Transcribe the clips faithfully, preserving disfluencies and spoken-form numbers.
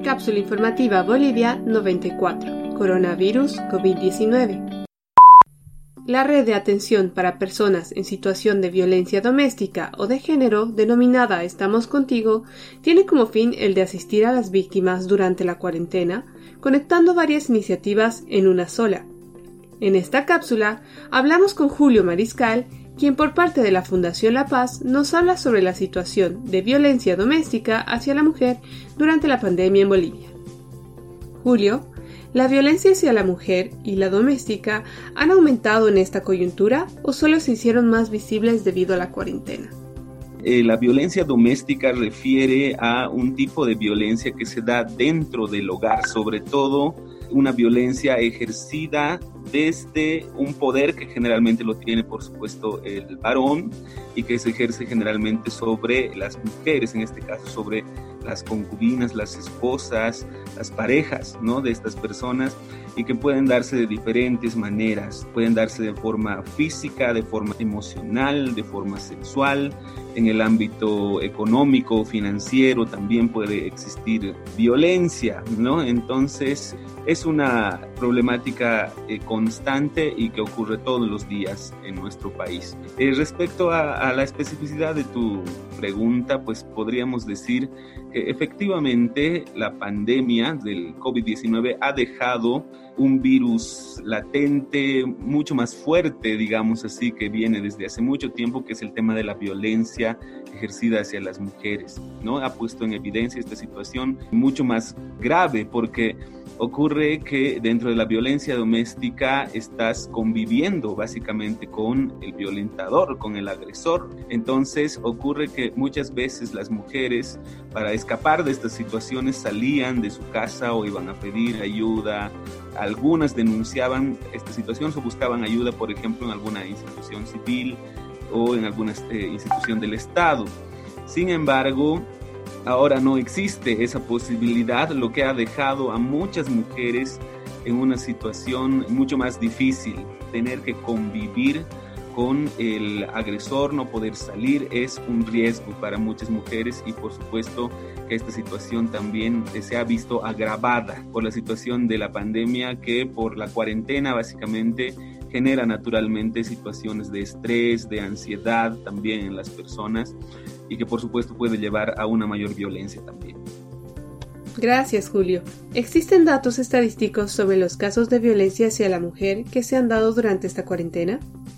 Cápsula informativa Bolivia noventa y cuatro. Coronavirus COVID diecinueve. La red de atención para personas en situación de violencia doméstica o de género, denominada Estamos Contigo, tiene como fin el de asistir a las víctimas durante la cuarentena, conectando varias iniciativas en una sola. En esta cápsula hablamos con Julio Mariscal, quien por parte de la Fundación La Paz nos habla sobre la situación de violencia doméstica hacia la mujer durante la pandemia en Bolivia. Julio, ¿la violencia hacia la mujer y la doméstica han aumentado en esta coyuntura o solo se hicieron más visibles debido a la cuarentena? Eh, la violencia doméstica refiere a un tipo de violencia que se da dentro del hogar, sobre todo una violencia ejercida desde un poder que generalmente lo tiene, por supuesto, el varón y que se ejerce generalmente sobre las mujeres, en este caso sobre las concubinas, las esposas, las parejas, ¿no?, de estas personas, y que pueden darse de diferentes maneras. Pueden darse de forma física, de forma emocional, de forma sexual. En el ámbito económico, financiero, también puede existir violencia, ¿no? Entonces, es una problemática eh, constante y que ocurre todos los días en nuestro país. Eh, respecto a, a la especificidad de tu pregunta, pues podríamos decir que efectivamente la pandemia del COVID diecinueve ha dejado un virus latente, mucho más fuerte, digamos así, que viene desde hace mucho tiempo, que es el tema de la violencia ejercida hacia las mujeres, ¿no? Ha puesto en evidencia esta situación mucho más grave, porque ocurre que dentro de la violencia doméstica estás conviviendo básicamente con el violentador, con el agresor. Entonces ocurre que muchas veces las mujeres, para escapar de estas situaciones, salían de su casa o iban a pedir ayuda. Algunas denunciaban esta situación o buscaban ayuda, por ejemplo, en alguna institución civil o en alguna eh, institución del Estado. Sin embargo, ahora no existe esa posibilidad, lo que ha dejado a muchas mujeres en una situación mucho más difícil. Tener que convivir con el agresor, no poder salir, es un riesgo para muchas mujeres, y por supuesto que esta situación también se ha visto agravada por la situación de la pandemia, que por la cuarentena básicamente genera naturalmente situaciones de estrés, de ansiedad también en las personas, y que por supuesto puede llevar a una mayor violencia también. Gracias, Julio. ¿Existen datos estadísticos sobre los casos de violencia hacia la mujer que se han dado durante esta cuarentena?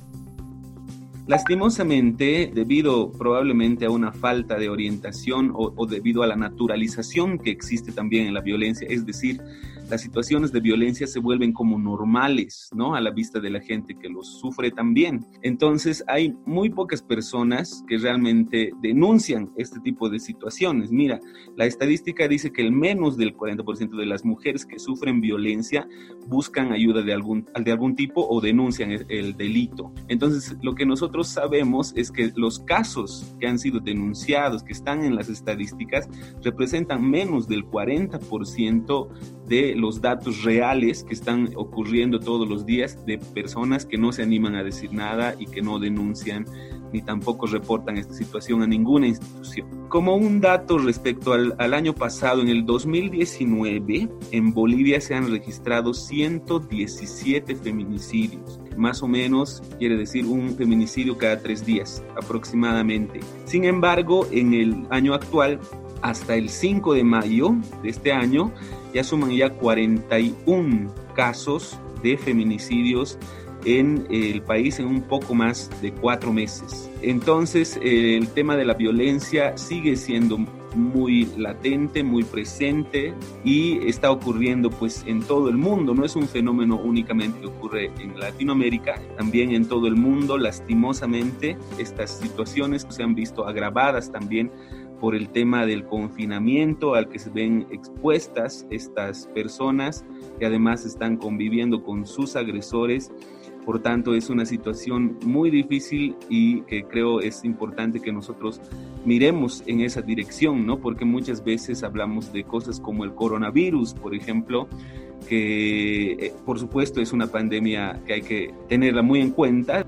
Lastimosamente, debido probablemente a una falta de orientación o, o debido a la naturalización que existe también en la violencia, es decir, las situaciones de violencia se vuelven como normales, ¿no?, a la vista de la gente que los sufre también. Entonces hay muy pocas personas que realmente denuncian este tipo de situaciones. Mira, la estadística dice que el menos del cuarenta por ciento de las mujeres que sufren violencia buscan ayuda de algún, de algún tipo o denuncian el, el delito. Entonces, lo que nosotros sabemos es que los casos que han sido denunciados, que están en las estadísticas, representan menos del cuarenta por ciento de los datos reales que están ocurriendo todos los días de personas que no se animan a decir nada y que no denuncian ni tampoco reportan esta situación a ninguna institución. Como un dato respecto al, al año pasado, en el dos mil diecinueve, en Bolivia se han registrado ciento diecisiete feminicidios. Más o menos quiere decir un feminicidio cada tres días aproximadamente. Sin embargo, en el año actual, hasta el cinco de mayo de este año, ya suman ya cuarenta y uno casos de feminicidios en el país en un poco más de cuatro meses. Entonces, eh, el tema de la violencia sigue siendo muy latente, muy presente, y está ocurriendo pues en todo el mundo. No es un fenómeno únicamente que ocurre en Latinoamérica, también en todo el mundo. Lastimosamente, estas situaciones se han visto agravadas también por el tema del confinamiento al que se ven expuestas estas personas, que además están conviviendo con sus agresores. Por tanto, es una situación muy difícil y que creo es importante que nosotros miremos en esa dirección, ¿no? Porque muchas veces hablamos de cosas como el coronavirus, por ejemplo, que eh, por supuesto es una pandemia que hay que tenerla muy en cuenta,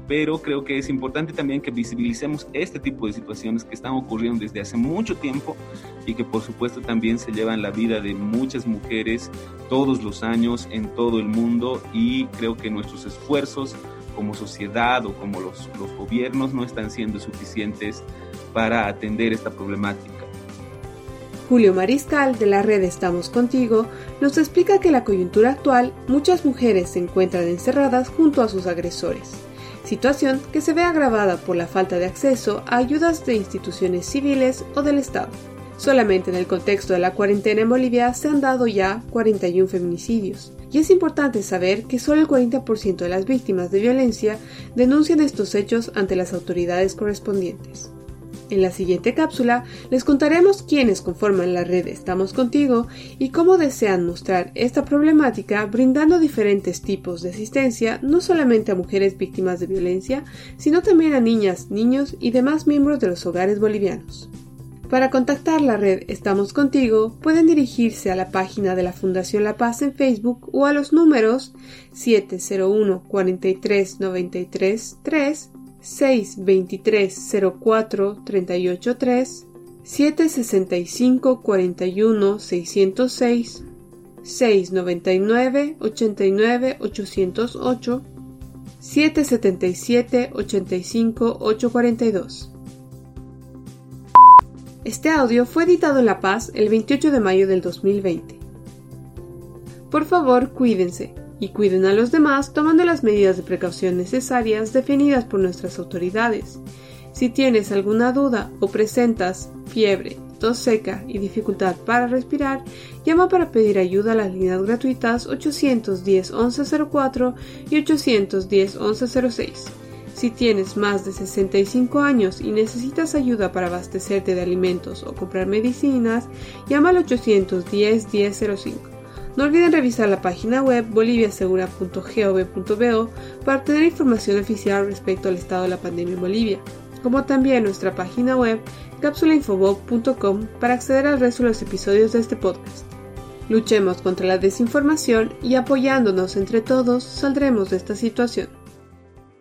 pero creo que es importante también que visibilicemos este tipo de situaciones que están ocurriendo desde hace mucho tiempo y que por supuesto también se llevan la vida de muchas mujeres todos los años en todo el mundo, y creo que nuestros esfuerzos como sociedad o como los, los gobiernos no están siendo suficientes para atender esta problemática. Julio Mariscal, de la red Estamos Contigo, nos explica que en la coyuntura actual muchas mujeres se encuentran encerradas junto a sus agresores, situación que se ve agravada por la falta de acceso a ayudas de instituciones civiles o del Estado. Solamente en el contexto de la cuarentena en Bolivia se han dado ya cuarenta y uno feminicidios, y es importante saber que solo el cuarenta por ciento de las víctimas de violencia denuncian estos hechos ante las autoridades correspondientes. En la siguiente cápsula les contaremos quiénes conforman la red Estamos Contigo y cómo desean mostrar esta problemática brindando diferentes tipos de asistencia no solamente a mujeres víctimas de violencia, sino también a niñas, niños y demás miembros de los hogares bolivianos. Para contactar la red Estamos Contigo pueden dirigirse a la página de la Fundación La Paz en Facebook o a los números siete cero uno, cuatro tres, nueve tres tres, seis veintitrés, cero cuatro, treinta y ocho tres, siete sesenta y cinco, cuarenta y uno, seiscientos seis, seis noventa y nueve, ochenta y nueve, ochocientos ocho, siete setenta y siete, ochenta y cinco, ochocientos cuarenta y dos. Este audio fue editado en La Paz el veintiocho de mayo del dos mil veinte. Por favor, cuídense y cuiden a los demás tomando las medidas de precaución necesarias definidas por nuestras autoridades. Si tienes alguna duda o presentas fiebre, tos seca y dificultad para respirar, llama para pedir ayuda a las líneas gratuitas ochocientos diez, once cero cuatro y ochocientos diez, once cero seis. Si tienes más de sesenta y cinco años y necesitas ayuda para abastecerte de alimentos o comprar medicinas, llama al ochocientos diez, diez cero cinco. No olviden revisar la página web bolivia segura punto gov punto bo para tener información oficial respecto al estado de la pandemia en Bolivia, como también nuestra página web cápsula infobob punto com para acceder al resto de los episodios de este podcast. Luchemos contra la desinformación y apoyándonos entre todos saldremos de esta situación.